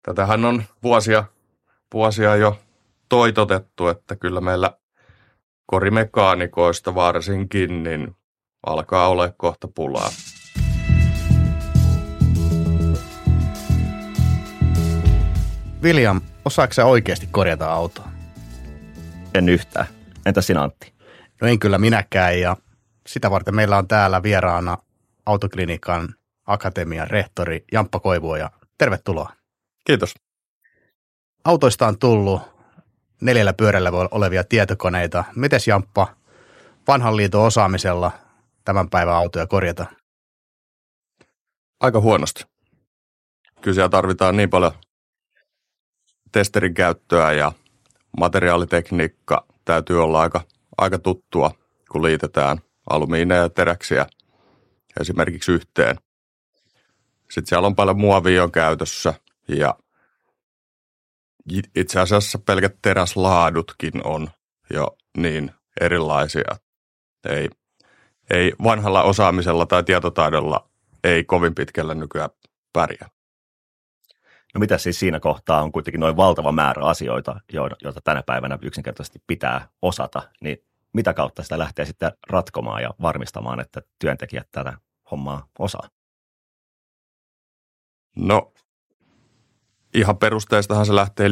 Tätähän on vuosia jo toitotettu, että kyllä meillä korimekaanikoista varsinkin, niin alkaa olla kohta pulaa. William, osaatko sä oikeasti korjata autoa? En yhtään. Entäs sinä, Antti? No en kyllä minäkään, ja sitä varten meillä on täällä vieraana Autoklinikan akatemian rehtori Jamppa Koivuoja. Tervetuloa. Kiitos. Autoista on tullut 4 pyörällä olevia tietokoneita. Mites, Jamppa, vanhan liiton osaamisella tämän päivän autoja korjata? Aika huonosti. Kyllä siellä tarvitaan niin paljon testerin käyttöä ja materiaalitekniikka täytyy olla aika tuttua, kun liitetään alumiineja ja teräksiä esimerkiksi yhteen. Sitten siellä on paljon muovia käytössä ja itse asiassa pelkät teräslaadutkin on jo niin erilaisia. Ei vanhalla osaamisella tai tietotaidolla ei kovin pitkällä nykyään pärjää. No mitä siis siinä kohtaa on kuitenkin noin valtava määrä asioita, joita tänä päivänä yksinkertaisesti pitää osata, niin mitä kautta sitä lähtee sitten ratkomaan ja varmistamaan, että työntekijät tätä hommaa osaa? No ihan perusteistahan se lähtee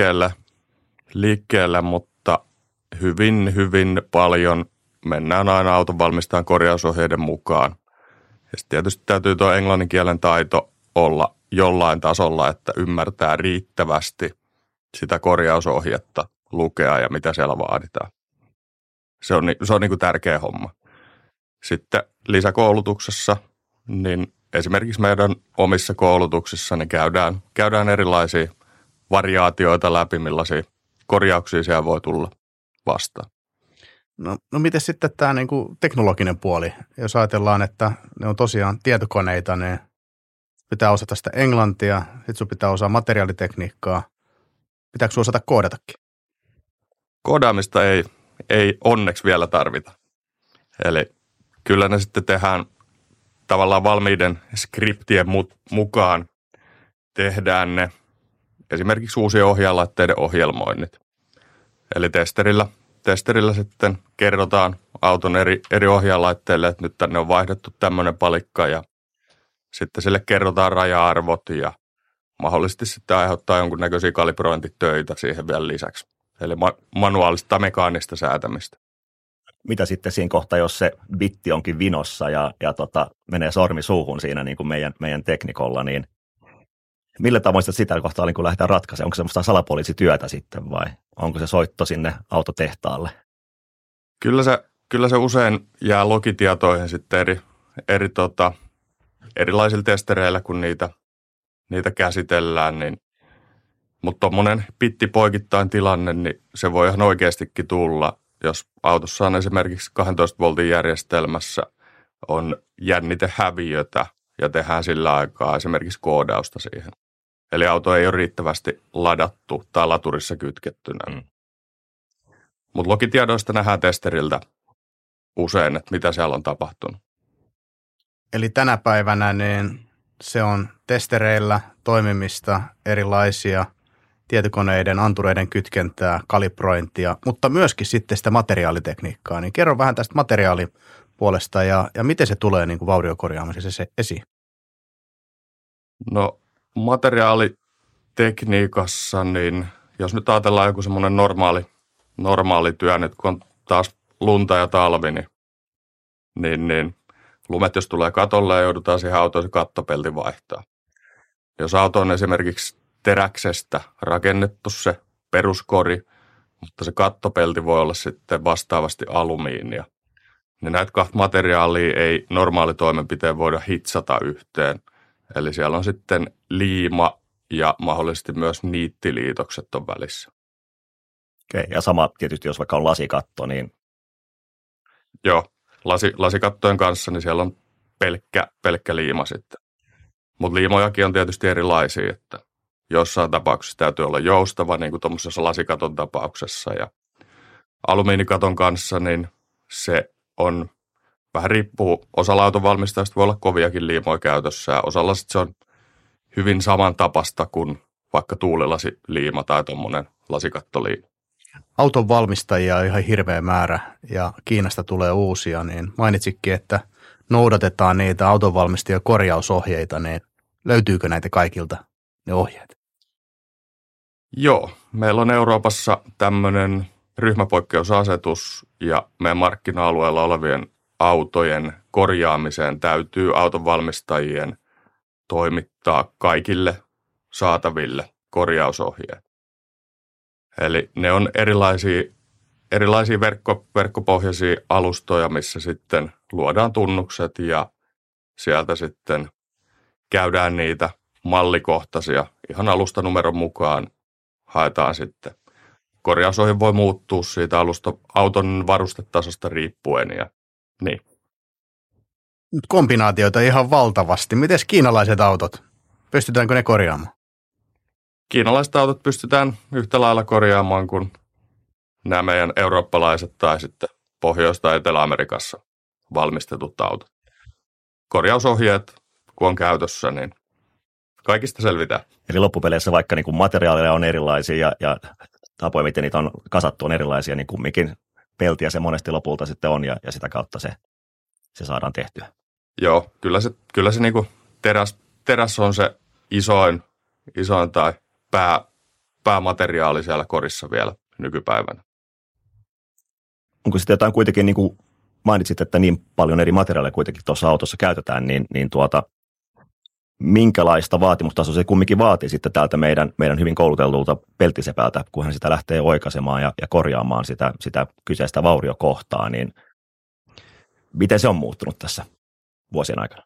liikkeelle, mutta hyvin paljon mennään aina autonvalmistajan korjausohjeiden mukaan. Ja sitten tietysti täytyy tuo englannin kielen taito olla jollain tasolla, että ymmärtää riittävästi sitä korjausohjetta lukea ja mitä siellä vaaditaan. Se on niin kuin tärkeä homma. Sitten lisäkoulutuksessa, niin esimerkiksi meidän omissa koulutuksissa niin käydään erilaisia variaatioita läpi, millaisia korjauksia siellä voi tulla vastaan. No miten sitten tämä niinku teknologinen puoli? Jos ajatellaan, että ne on tosiaan tietokoneita, niin pitää osata sitä englantia, sitten sun pitää osaa materiaalitekniikkaa. Pitääkö sun osata koodatakin? Koodaamista ei onneksi vielä tarvita. Eli kyllä ne sitten tehdään tavallaan valmiiden skriptien mukaan tehdään ne esimerkiksi uusien ohjainlaitteiden ohjelmoinnit. Eli testerillä sitten kerrotaan auton eri ohjainlaitteille, että nyt tänne on vaihdettu tämmöinen palikka ja sitten sille kerrotaan raja-arvot ja mahdollisesti sitten aiheuttaa jonkunnäköisiä kalibrointitöitä siihen vielä lisäksi. Eli manuaalista tai mekaanista säätämistä. Mitä sitten siinä kohtaa, jos se bitti onkin vinossa ja menee sormi suuhun siinä niin kuin meidän teknikolla, niin millä tavoin sitä kohtaa niin lähdetään ratkaisemaan? Onko se semmoista salapoliisityötä sitten vai onko se soitto sinne autotehtaalle? Kyllä se usein jää logitietoihin sitten erilaisilla testereillä, kun niitä käsitellään, niin mutta tuommoinen bittipoikittain tilanne, niin se voi ihan oikeastikin tulla, jos autossa on esimerkiksi 12 voltin järjestelmässä on jännitehäviötä ja tehdään sillä aikaa esimerkiksi koodausta siihen. Eli auto ei ole riittävästi ladattu tai laturissa kytkettynä. Mutta logitiedoista nähdään testeriltä usein, että mitä siellä on tapahtunut. Eli tänä päivänä niin se on testereillä toimimista, erilaisia tietokoneiden, antureiden kytkentää, kalibrointia, mutta myöskin sitten sitä materiaalitekniikkaa. Niin kerro vähän tästä materiaalipuolesta ja miten se tulee niin kuin vauriokorjaamisessa esiin? No materiaalitekniikassa, niin jos nyt ajatellaan joku semmoinen normaali työ, nyt kun on taas lunta ja talvi, niin lumet jos tulee katolle ja joudutaan siihen autoon se kattopelti vaihtaa. Jos auto on esimerkiksi teräksestä rakennettu se peruskori, mutta se kattopelti voi olla sitten vastaavasti alumiinia, niin näitä kahta materiaalia ei normaali toimenpiteen voida hitsata yhteen. Eli siellä on sitten liima ja mahdollisesti myös niittiliitokset on välissä. Okei, ja sama tietysti, jos vaikka on lasikatto, niin... Joo, lasikattojen kanssa, niin siellä on pelkkä liima sitten. Mutta liimojakin on tietysti erilaisia, että jossain tapauksessa täytyy olla joustava, niin kuin tuommoisessa lasikaton tapauksessa. Ja alumiinikaton kanssa, niin se on, vähän riippuu, osalla autonvalmistajista voi olla koviakin liimoja käytössä, ja osalla sitten se on hyvin samantapaista kuin vaikka tuulilasiliima tai tuommoinen lasikattoliima. Auton valmistajia on ihan hirveä määrä ja Kiinasta tulee uusia, niin mainitsikin, että noudatetaan niitä autonvalmistajien korjausohjeita, niin löytyykö näitä kaikilta ne ohjeet? Joo, meillä on Euroopassa tämmöinen ryhmäpoikkeusasetus ja meidän markkina-alueella olevien autojen korjaamiseen täytyy autonvalmistajien toimittaa kaikille saataville korjausohjeet. Eli ne on erilaisia verkkopohjaisia alustoja, missä sitten luodaan tunnukset ja sieltä sitten käydään niitä mallikohtaisia ihan alustanumeron mukaan haetaan sitten. Korjausohje voi muuttua siitä auton varustetasosta riippuen ja niin. Nyt kombinaatioita ihan valtavasti. Mites kiinalaiset autot? Pystytäänkö ne korjaamaan? Kiinalaiset autot pystytään yhtä lailla korjaamaan kuin nämä meidän eurooppalaiset tai sitten Pohjois- tai Etelä-Amerikassa valmistetut autot. Korjausohjeet, kun on käytössä, niin kaikista selvitään. Eli loppupeleissä vaikka niin kuin materiaaleja on erilaisia ja tapoja, miten niitä on kasattu, on erilaisia, niin kumminkin peltiä se monesti lopulta sitten on ja sitä kautta se saadaan tehtyä. Joo, kyllä se niin kuin teräs on se isoin tai päämateriaali siellä korissa vielä nykypäivänä. Onko sitten jotain kuitenkin, niin kuin mainitsit, että niin paljon eri materiaaleja kuitenkin tuossa autossa käytetään, niin minkälaista vaatimustasoa se kumminkin vaatii sitten täältä meidän hyvin kouluteltulta peltisepältä, kun hän sitä lähtee oikaisemaan ja korjaamaan sitä kyseistä vauriokohtaa, niin miten se on muuttunut tässä vuosien aikana?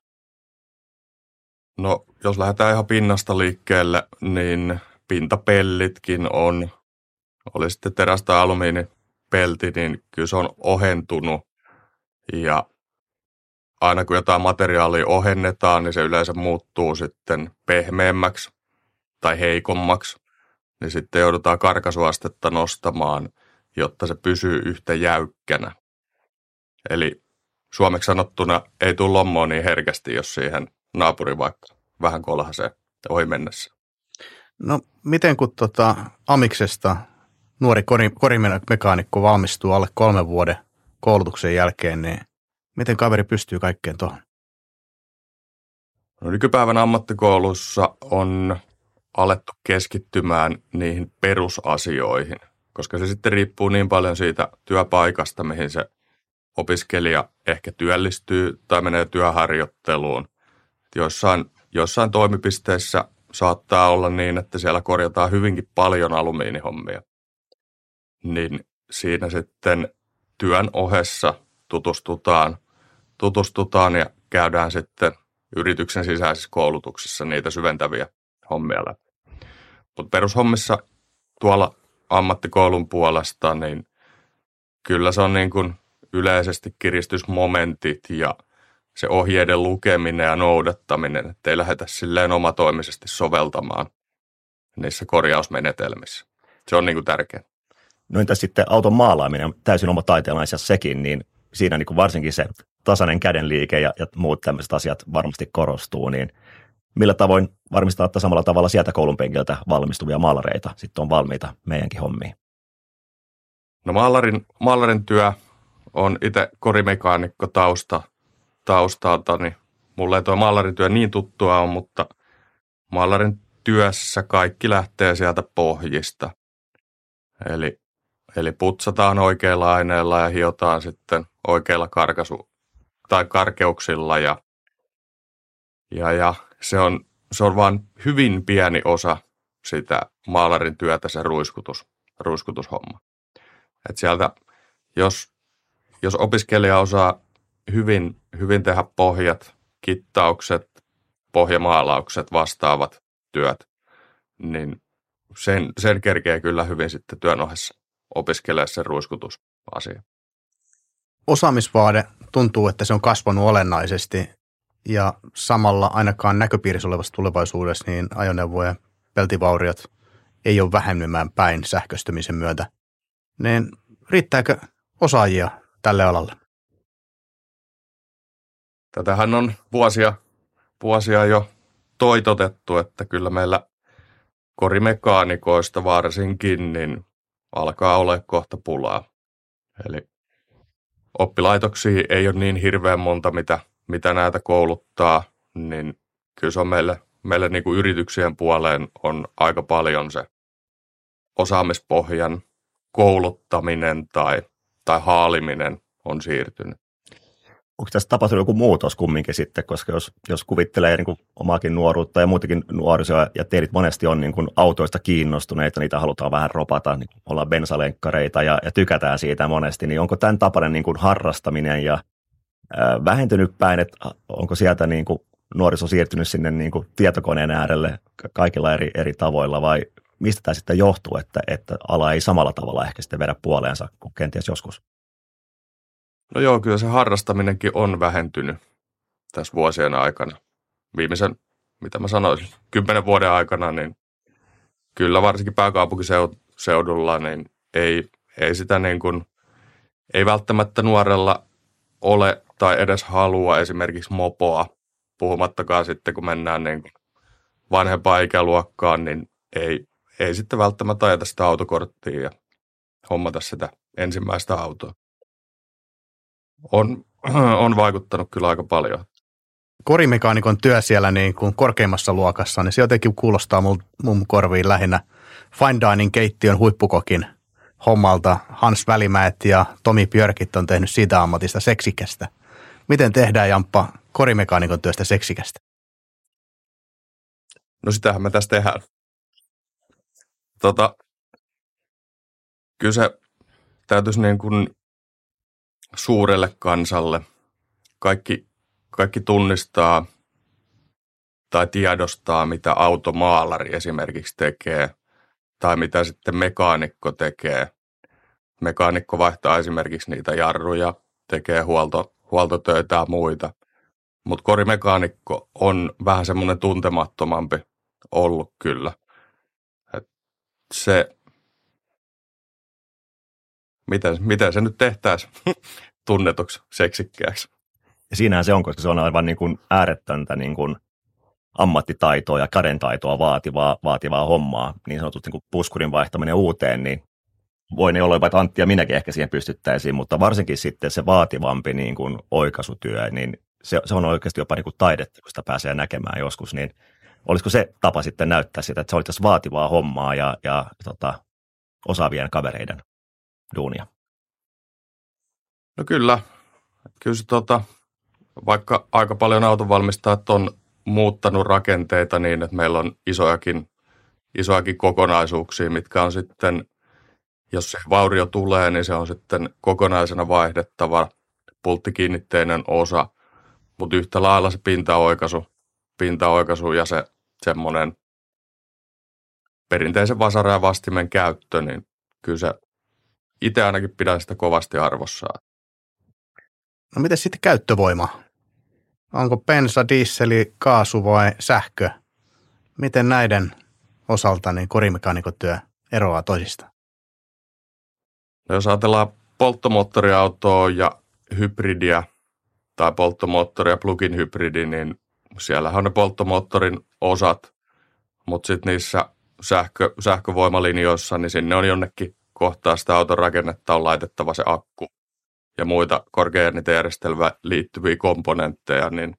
No, jos lähdetään ihan pinnasta liikkeelle, niin pintapellitkin oli sitten teräs- tai alumiinipelti, niin kyllä se on ohentunut. Ja aina kun jotain materiaalia ohennetaan, niin se yleensä muuttuu sitten pehmeämmäksi tai heikommaksi. Niin sitten joudutaan karkaisuastetta nostamaan, jotta se pysyy yhtä jäykkänä. Eli suomeksi sanottuna ei tule lommoa niin herkästi, jos siihen naapuri vaikka vähän kolhaisee ohi mennessä. No miten kun Amiksesta nuori korimekaanikko valmistuu alle 3 vuoden koulutuksen jälkeen, niin miten kaveri pystyy kaikkeen tuohon? No, nykypäivän ammattikoulussa on alettu keskittymään niihin perusasioihin, koska se sitten riippuu niin paljon siitä työpaikasta, mihin se opiskelija ehkä työllistyy tai menee työharjoitteluun. Joissain toimipisteissä saattaa olla niin, että siellä korjataan hyvinkin paljon alumiinihommia. Niin siinä sitten työn ohessa tutustutaan ja käydään sitten yrityksen sisäisessä koulutuksessa niitä syventäviä hommia läpi. Mutta perushommissa tuolla ammattikoulun puolesta, niin kyllä se on niin kuin yleisesti kiristysmomentit ja se ohjeiden lukeminen ja noudattaminen, ettei lähdetä silleen omatoimisesti soveltamaan niissä korjausmenetelmissä. Se on niin kuin tärkeää. No entäs sitten auton maalaaminen, täysin oma taiteenlaisia sekin, niin siinä niin kuin varsinkin se tasainen kädenliike ja muut tämmöiset asiat varmasti korostuu, niin millä tavoin varmistaa, että samalla tavalla sieltä koulun penkiltä valmistuvia maalareita sitten on valmiita meidänkin hommiin? No maalarin työ on itse korimekaanikko taustalta, niin mulle ei tuo maalarin työ niin tuttua on, mutta maalarin työssä kaikki lähtee sieltä pohjista. Eli putsataan oikeilla aineilla ja hiotaan sitten oikeilla karkeuksilla ja se on vaan hyvin pieni osa sitä maalarin työtä, se ruiskutushomma. Et sieltä, jos opiskelija osaa hyvin tehdä pohjat, kittaukset, pohjamaalaukset, vastaavat työt, niin sen kerkee kyllä hyvin sitten työn ohessa opiskelee sen ruiskutusasia. Osaamisvaade tuntuu, että se on kasvanut olennaisesti ja samalla ainakaan näköpiirissä olevassa tulevaisuudessa niin ajoneuvojen peltivauriot ei ole vähenemään päin sähköistymisen myötä. Niin riittääkö osaajia tälle alalle? Tätähän on vuosia jo toitotettu, että kyllä meillä korimekaanikoista varsinkin, niin alkaa olla kohta pulaa. Eli oppilaitoksia ei ole niin hirveän monta, mitä näitä kouluttaa, niin kyllä se on meille niin kuin yrityksien puoleen on aika paljon se osaamispohjan kouluttaminen tai haaliminen on siirtynyt. Onko tässä tapahtunut joku muutos kumminkin sitten, koska jos kuvittelee niin kuin omaakin nuoruutta ja muutenkin nuorisoa ja teidät monesti on niin kuin autoista kiinnostuneita, niitä halutaan vähän ropata, niin ollaan bensalenkkareita ja tykätään siitä monesti, niin onko tämän tapainen niin kuin harrastaminen ja vähentynyt päin, että onko sieltä niin kuin nuoriso siirtynyt sinne niin kuin tietokoneen äärelle kaikilla eri tavoilla vai mistä tämä sitten johtuu, että ala ei samalla tavalla ehkä sitten vedä puoleensa kuin kenties joskus? No joo, kyllä se harrastaminenkin on vähentynyt tässä vuosien aikana. Viimeisen, mitä mä sanoisin, 10 vuoden aikana, niin kyllä varsinkin pääkaupunkiseudulla, niin ei sitä niin kuin, ei välttämättä nuorella ole tai edes halua esimerkiksi mopoa, puhumattakaan sitten kun mennään niin kuin vanhempaan ikäluokkaan, niin ei sitten välttämättä ajata sitä autokorttia ja hommata sitä ensimmäistä autoa. On vaikuttanut kyllä aika paljon. Korimekaanikon työ siellä niin kuin korkeimmassa luokassa, niin se jotenkin kuulostaa mun korviin lähinnä Fine Dining keittiön huippukokin hommalta. Hans Välimäet ja Tomi Björkit on tehnyt siitä ammatista seksikästä. Miten tehdään, Jamppa, korimekaanikon työstä seksikästä? No sitähän me tässä tehdään. Kyllä se täytyisi niin kuin suurelle kansalle kaikki tunnistaa tai tiedostaa, mitä automaalari esimerkiksi tekee tai mitä sitten mekaanikko tekee. Mekaanikko vaihtaa esimerkiksi niitä jarruja, tekee huoltotöitä ja muita, mutta korimekaanikko on vähän semmoinen tuntemattomampi ollut kyllä. Miten se nyt tehtäisiin tunnetuksi seksikkääksi? Ja siinähän se on, koska se on aivan niin kuin äärettöntä niin kuin ammattitaitoa ja kädentaitoa vaativaa hommaa. Niin sanotusti niin kuin puskurin vaihtaminen uuteen, niin voi ne olla jopa, että Antti ja minäkin ehkä siihen pystyttäisiin, mutta varsinkin sitten se vaativampi niin kuin oikaisutyö, niin se on oikeasti jopa niin kuin taidetta, kun sitä pääsee näkemään joskus. Niin olisiko se tapa sitten näyttää sitä, että se olisi vaativaa hommaa ja osaavien kavereiden duunia? No kyllä se vaikka aika paljon autonvalmistajat on muuttanut rakenteita niin, että meillä on isojakin kokonaisuuksia, mitkä on sitten, jos se vaurio tulee, niin se on sitten kokonaisena vaihdettava pulttikiinnitteinen osa, mutta yhtä lailla se pintaoikaisu ja se semmoinen perinteisen vasaran ja vastimen käyttö, niin kyllä se itse ainakin pidän sitä kovasti arvossaan. No miten sitten käyttövoima? Onko bensa, dieseli, kaasu vai sähkö? Miten näiden osalta niin korimekaanikon työ eroaa toisista? No jos ajatellaan polttomoottoriautoa ja hybridiä tai polttomoottori ja plug-in hybridi, niin siellähän on ne polttomoottorin osat, mutta sitten niissä sähkövoimalinjoissa, niin sinne on jonnekin kohtaa sitä auton rakennetta on laitettava se akku ja muita korkeajännitejärjestelmään liittyviä komponentteja, niin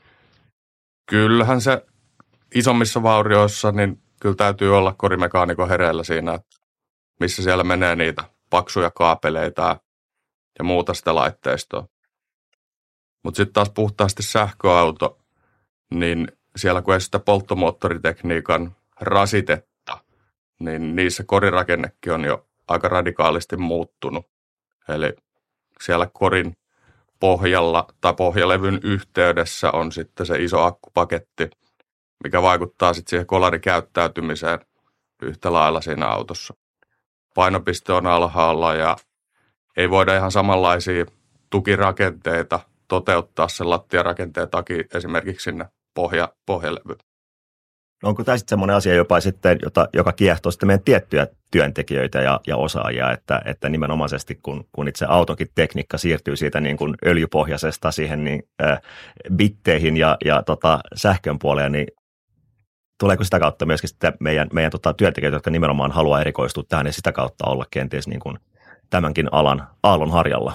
kyllähän se isommissa vaurioissa, niin kyllä täytyy olla korimekaanikon hereillä siinä, että missä siellä menee niitä paksuja kaapeleita ja muuta sitä laitteistoa. Mutta sitten taas puhtaasti sähköauto, niin siellä kun ei sitä polttomoottoritekniikan rasitetta, niin niissä korirakennekin on jo aika radikaalisti muuttunut. Eli siellä korin pohjalla tai pohjalevyn yhteydessä on sitten se iso akkupaketti, mikä vaikuttaa sitten siihen kolarikäyttäytymiseen yhtä lailla siinä autossa. Painopiste on alhaalla ja ei voida ihan samanlaisia tukirakenteita toteuttaa sen lattiarakenteen takia esimerkiksi sinne pohjalevyyn. Onko tämä sitten semmoinen asia jopa sitten, joka kiehtoo sitten meidän tiettyjä työntekijöitä ja osaajia, että nimenomaisesti kun itse autonkin tekniikka siirtyy siitä niin kuin öljypohjaisesta siihen niin, bitteihin ja sähkön puoleen, niin tuleeko sitä kautta myöskin sitten meidän työntekijöitä, jotka nimenomaan haluaa erikoistua tähän ja sitä kautta olla kenties niin kuin tämänkin alan aallon harjalla?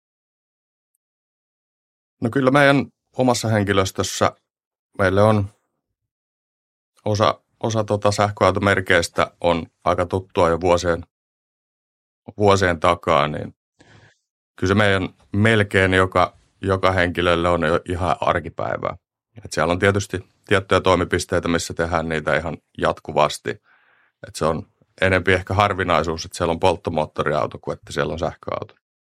No kyllä meidän omassa henkilöstössä meille on osa sähköautomerkeistä on aika tuttua jo vuosien takaa, niin kyllä se meidän melkein joka henkilölle on jo ihan arkipäivää. Et siellä on tietysti tiettyjä toimipisteitä, missä tehdään niitä ihan jatkuvasti. Et se on enempi ehkä harvinaisuus, että siellä on polttomoottoriauto kuin että siellä on sähköauto.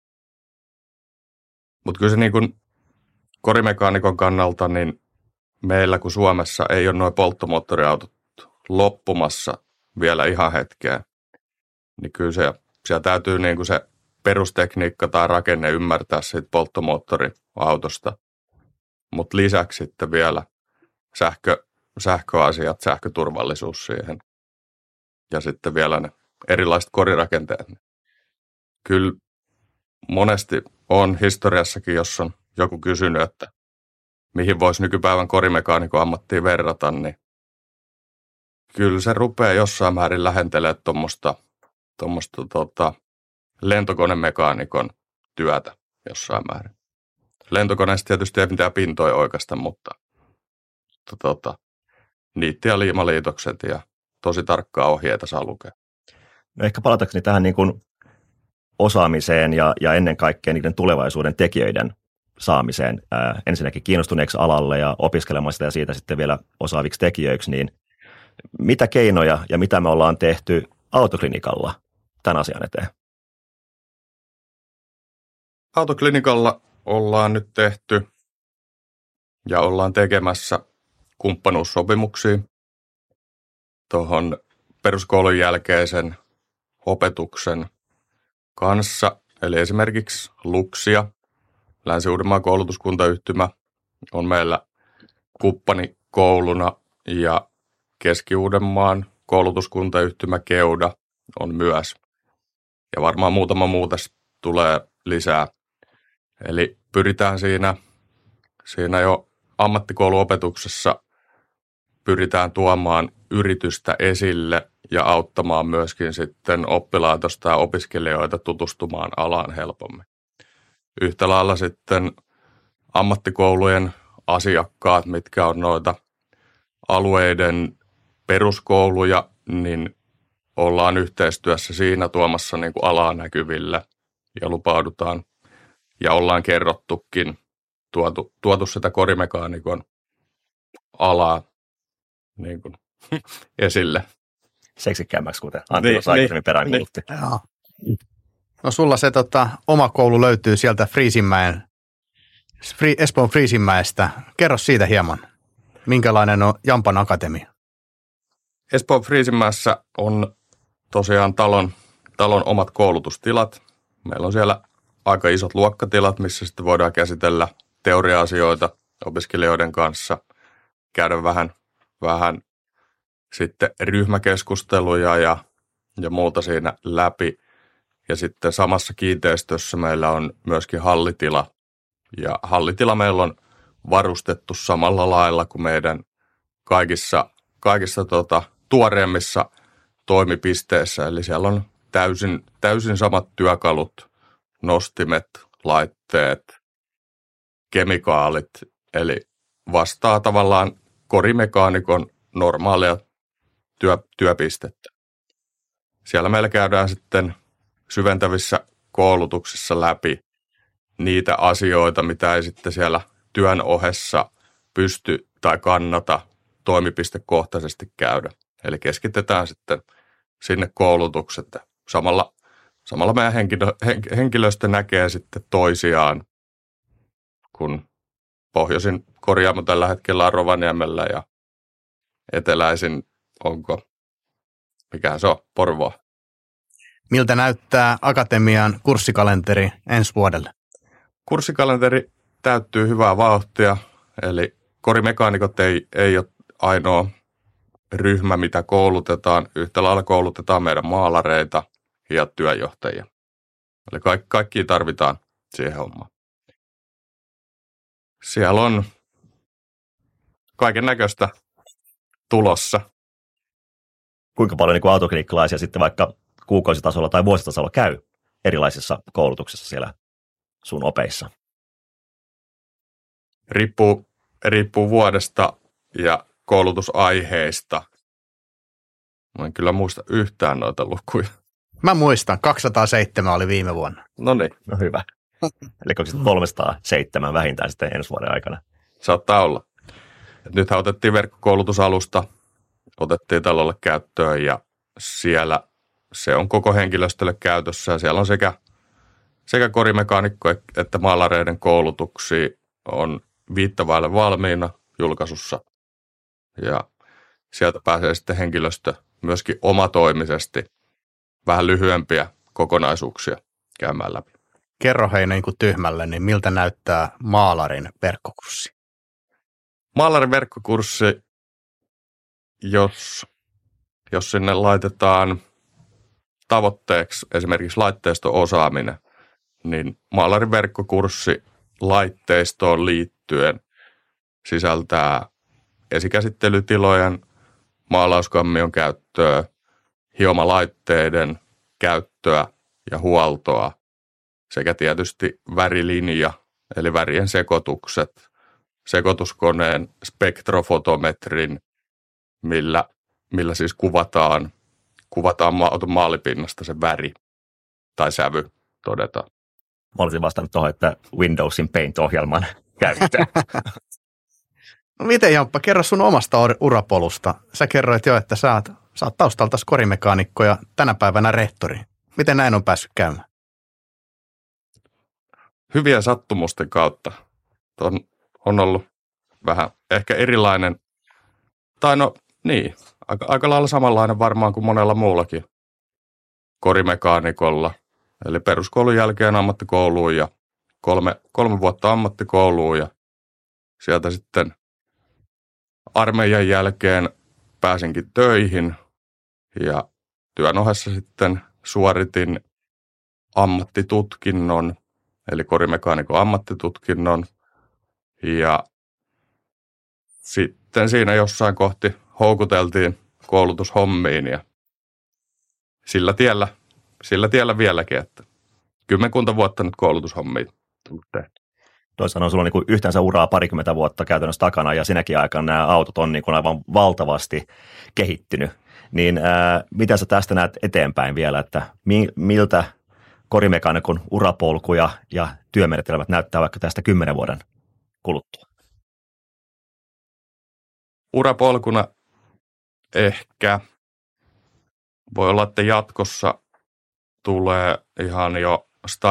Mutta kyllä se niin kuin korimekaanikon kannalta, niin meillä kun Suomessa ei ole nuo polttomoottoriautot loppumassa vielä ihan hetkeen, niin kyllä siellä täytyy niin kuin se perustekniikka tai rakenne ymmärtää siitä polttomoottoriautosta. Mutta lisäksi sitten vielä sähköasiat, sähköturvallisuus siihen ja sitten vielä ne erilaiset korirakenteet. Kyllä monesti on historiassakin, jos on joku kysynyt, että mihin voisi nykypäivän korimekaanikon ammattiin verrata, niin kyllä se rupeaa jossain määrin lähentelemään tuommoista lentokonemekaanikon työtä jossain määrin. Lentokoneessa tietysti ei mitään pintoja oikeasta, mutta niitti- ja liimaliitokset ja tosi tarkkaa ohjeita saa lukea. No ehkä palatakseni tähän niin kuin osaamiseen ja ennen kaikkea niiden tulevaisuuden tekijöiden saamiseen. Ensinnäkin kiinnostuneeksi alalle ja opiskelemaan sitä ja siitä sitten vielä osaaviksi tekijöiksi, niin mitä keinoja ja mitä me ollaan tehty autoklinikalla tämän asian eteen? Autoklinikalla ollaan nyt tehty ja ollaan tekemässä kumppanuussopimuksia tuohon peruskoulun jälkeisen opetuksen kanssa. Eli esimerkiksi Luxia, Länsi-Uudenmaan koulutuskuntayhtymä, on meillä kumppanikouluna ja Keski-Uudenmaan koulutuskuntayhtymä Keuda on myös. Ja varmaan muutama muu tässä tulee lisää. Eli pyritään siinä jo ammattikouluopetuksessa pyritään tuomaan yritystä esille ja auttamaan myöskin sitten oppilaitosta ja opiskelijoita tutustumaan alaan helpommin. Yhtä lailla sitten ammattikoulujen asiakkaat, mitkä on noita alueiden peruskouluja, niin ollaan yhteistyössä siinä tuomassa niin kuin alaa näkyville ja lupaudutaan ja ollaan kerrottukin, tuotu sitä korimekaanikon alaa niin kuin esille. Seksikkäämmäksi, kuten Antti tuossa aikaisemmin peräänkuulutti. No sulla se oma koulu löytyy sieltä Espoon Friisinmäestä. Kerro siitä hieman. Minkälainen on Jampan Akatemia? Espoon Friisinmäessä on tosiaan talon omat koulutustilat. Meillä on siellä aika isot luokkatilat, missä sitten voidaan käsitellä teoria-asioita opiskelijoiden kanssa, käydä vähän sitten ryhmäkeskusteluja ja muuta siinä läpi. Ja sitten samassa kiinteistössä meillä on myöskin hallitila. Ja hallitila meillä on varustettu samalla lailla kuin meidän kaikissa tuoreimmissa toimipisteissä. Eli siellä on täysin samat työkalut, nostimet, laitteet, kemikaalit. Eli vastaa tavallaan korimekaanikon normaalia työpistettä. Siellä meillä käydään sitten syventävissä koulutuksissa läpi niitä asioita, mitä ei sitten siellä työn ohessa pysty tai kannata toimipistekohtaisesti käydä. Eli keskitetään sitten sinne koulutukset. Samalla meidän henkilöstö näkee sitten toisiaan, kun pohjoisin korjaamo tällä hetkellä on Rovaniemellä ja eteläisin mikä se on, Porvoa. Miltä näyttää Akatemian kurssikalenteri ensi vuodelle? Kurssikalenteri täyttyy hyvää vauhtia, eli korimekaanikot ei ole ainoa ryhmä, mitä koulutetaan. Yhtä lailla koulutetaan meidän maalareita ja työjohtajia. Eli kaikkia tarvitaan siihen hommaan. Siellä on kaiken näköistä tulossa. kuinka paljon niin autoklinikkalaisia sitten vaikka kuukausitasolla tai vuositasolla käy erilaisissa koulutuksissa siellä sun opeissa? Riippuu vuodesta ja koulutusaiheista. Mä en kyllä muista yhtään noita lukuja. Mä muistan, 207 oli viime vuonna. No niin. No hyvä. Eli onko sitten 307 vähintään sitten ensi vuoden aikana? Saattaa olla. Nythän otettiin verkkokoulutusalusta, otettiin talolle käyttöön ja siellä se on koko henkilöstölle käytössä. Ja siellä on sekä korimekaanikko että maalareiden koulutuksia on viittavaille valmiina julkaisussa. Ja sieltä pääsee sitten henkilöstö myöskin omatoimisesti vähän lyhyempiä kokonaisuuksia käymään läpi. Kerro hei niin kuin tyhmälle, niin miltä näyttää maalarin verkkokurssi? Maalarin verkkokurssi, jos sinne laitetaan tavoitteeksi esimerkiksi laitteisto-osaaminen, niin maalarin verkkokurssi laitteistoon liittyen sisältää esikäsittelytilojen, maalauskammion käyttöä, hiomalaitteiden käyttöä ja huoltoa sekä tietysti värilinja, eli värien sekoitukset, sekoituskoneen spektrofotometrin, millä siis kuvataan auton maalipinnasta se väri tai sävy, todetaan. Mä olisin vastannut tuohon, että Windowsin Paint-ohjelman käyttää. No miten Jamppa, kerro sun omasta urapolusta. Sä kerroit jo, että sä oot taustalta korimekaanikko ja tänä päivänä rehtori. Miten näin on päässyt käymään? Hyvien sattumusten kautta. On ollut vähän ehkä erilainen, tai no niin, aika lailla samanlainen varmaan kuin monella muullakin korimekaanikolla. Eli peruskoulun jälkeen ammattikouluun ja kolme vuotta ammattikouluun ja sieltä sitten armeijan jälkeen pääsinkin töihin ja työn ohessa sitten suoritin ammattitutkinnon, eli korimekaanikon ammattitutkinnon ja sitten siinä jossain kohti houkuteltiin koulutushommiin ja sillä tiellä vieläkin, että 10 vuotta nyt koulutushommiin tullut tehty. Toisaalta sulla on niin yhteensä uraa 20 vuotta käytännössä takana ja sinäkin aikana nämä autot on niin aivan valtavasti kehittynyt. Niin miten sä tästä näet eteenpäin vielä, että miltä korimekaanikon urapolku ja työmenetelmät näyttää vaikka tästä 10 vuoden kuluttua? Urapolkuna ehkä voi olla, että jatkossa tulee ihan jo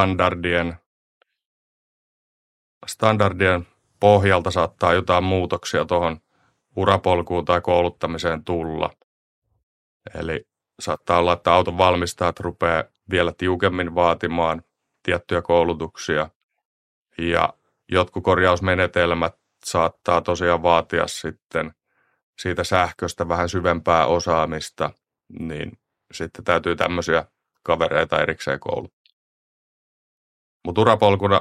standardien pohjalta saattaa jotain muutoksia tuohon urapolkuun tai kouluttamiseen tulla. Eli saattaa olla, että auton valmistajat rupeaa vielä tiukemmin vaatimaan tiettyjä koulutuksia ja jotkut korjausmenetelmät saattaa tosiaan vaatia sitten siitä sähköstä vähän syvempää osaamista, niin sitten täytyy tämmöisiä kavereita erikseen kouluttaa. Mutta urapolkuna,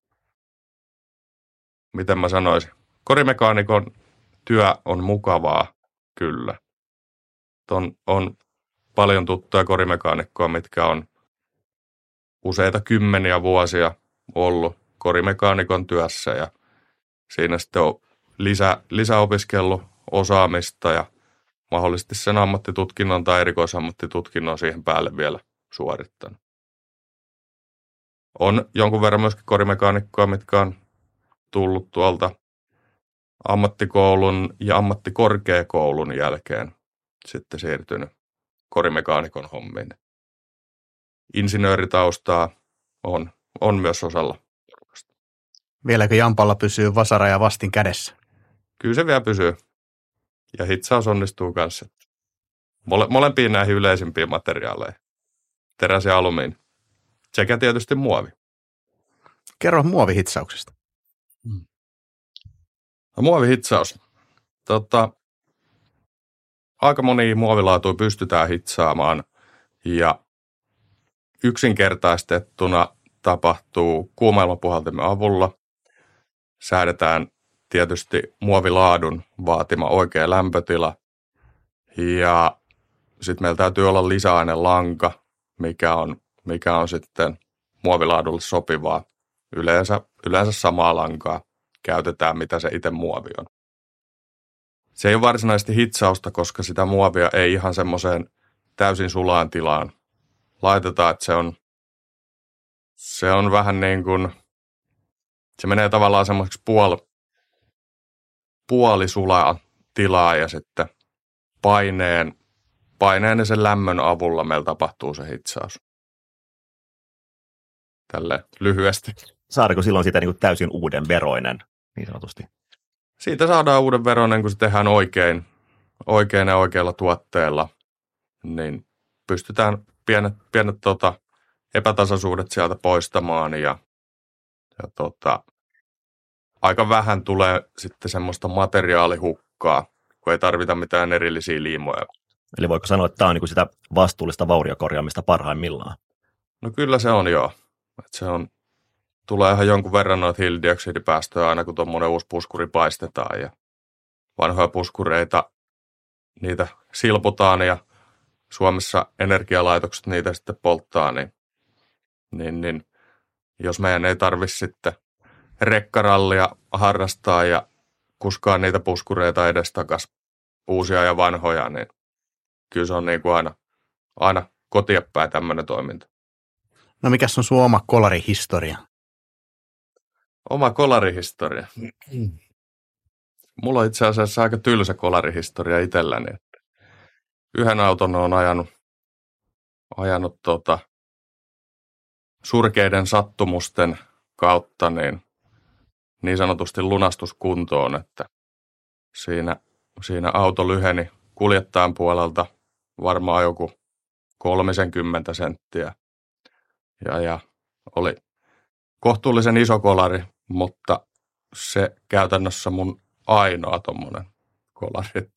miten mä sanoisin, korimekaanikon työ on mukavaa, kyllä. On paljon tuttuja korimekaanikkoja, mitkä on useita kymmeniä vuosia ollut korimekaanikon työssä ja siinä sitten on lisäopiskellut osaamista ja mahdollisesti sen ammattitutkinnon tai erikoisammattitutkinnon siihen päälle vielä suorittanut. On jonkun verran myöskin korimekaanikkoja, mitkä on tullut tuolta ammattikoulun ja ammattikorkeakoulun jälkeen sitten siirtynyt korimekaanikon hommiin. Insinööritaustaa on myös osalla porukasta. Vieläkö Jampalla pysyy vasara ja vastin kädessä? Kyllä se vielä pysyy. Ja hitsaus onnistuu kanssa. Molempiin näihin yleisimpiin materiaaleihin. Teräs ja alumiini. Sekä tietysti muovi. Kerro muovihitsauksesta. No, muovihitsaus. Aika monia muovilaatuja pystytään hitsaamaan ja yksinkertaistettuna tapahtuu kuumailmapuhaltimen avulla. Säädetään tietysti muovilaadun vaatima oikea lämpötila ja Sitten meillä täytyy olla lisäainelanka, mikä on sitten muovilaadulle sopivaa. Yleensä samaa lankaa käytetään, mitä se itse muovi on. Se ei ole varsinaisesti hitsausta, koska sitä muovia ei ihan semmoiseen täysin sulaan tilaan laitetaan, että se on vähän niin kuin, se menee tavallaan semmoiseksi puolisulaa tilaa ja sitten paineen ja sen lämmön avulla meillä tapahtuu se hitsaus. Tälle lyhyesti. Saadaanko silloin siitä niin kuin täysin uuden veroinen, niin sanotusti? Siitä saadaan uuden veroinen, kun se tehdään oikein ja oikealla tuotteella, niin pystytään pienet epätasaisuudet sieltä poistamaan ja aika vähän tulee sitten semmoista materiaalihukkaa, kun ei tarvita mitään erillisiä liimoja. Eli voiko sanoa, että tämä on niin kuin sitä vastuullista vauriokorjaamista parhaimmillaan? No kyllä se on joo. Että tulee ihan jonkun verran noita hiilidioksidipäästöjä aina, kun tuommoinen uusi puskuri paistetaan ja vanhoja puskureita, niitä silputaan ja Suomessa energialaitokset niitä sitten polttaa, niin jos meidän ei tarvitse sitten rekkarallia harrastaa ja kuskaa niitä puskureita edestakas uusia ja vanhoja, niin kyllä se on niin kuin aina kotiinpäin tämmöinen toiminta. No mikäs on sun oma kolarihistoria? Oma kolarihistoria. Mulla on itse asiassa aika tylsä kolarihistoria itselläni. Yhden auton on ajanut surkeiden sattumusten kautta niin sanotusti lunastuskuntoon, että siinä auto lyheni kuljettajan puolelta varmaan joku 30 senttiä ja oli kohtuullisen iso kolari, mutta se käytännössä mun ainoa tommonen kolari.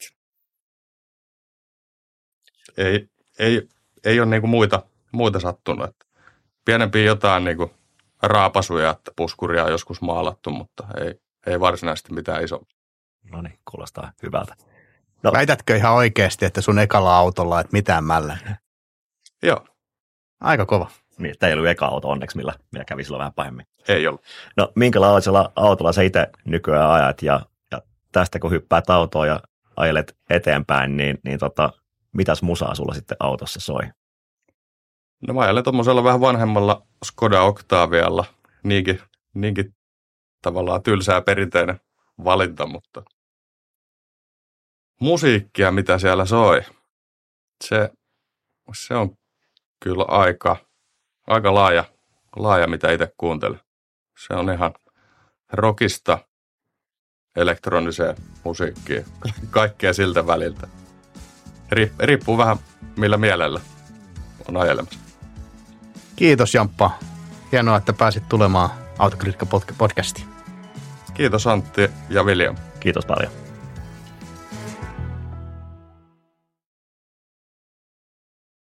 Ei ole niinku muita sattunut. Että pienempiä jotain niinku raapasuja, että puskuria on joskus maalattu, mutta ei varsinaisesti mitään isoa. No niin, kuulostaa hyvältä. No. Väitätkö ihan oikeasti, että sun ekalla autolla et mitään mällä? Joo. Aika kova. Niin, tämä ei ollut eka auto onneksi, millä kävi silloin vähän pahemmin. Ei ollut. No, minkälaisella autolla sä itse nykyään ajat ja tästä kun hyppäät autoon ja ajelet eteenpäin, niin mitäs musaa sulla sitten autossa soi? No mä ajelen tommosella vähän vanhemmalla Skoda Octavialla. Niinkin tavallaan tylsä ja perinteinen valinta, mutta musiikkia, mitä siellä soi, se on kyllä aika laaja, mitä itse kuuntelen. Se on ihan rockista elektroniseen musiikkiin, kaikkea siltä väliltä. Riippuu vähän millä mielellä on ajelemassa. Kiitos Jamppa. Hienoa, että pääsit tulemaan Autokriitikka-podcastiin. Kiitos Antti ja William. Kiitos paljon.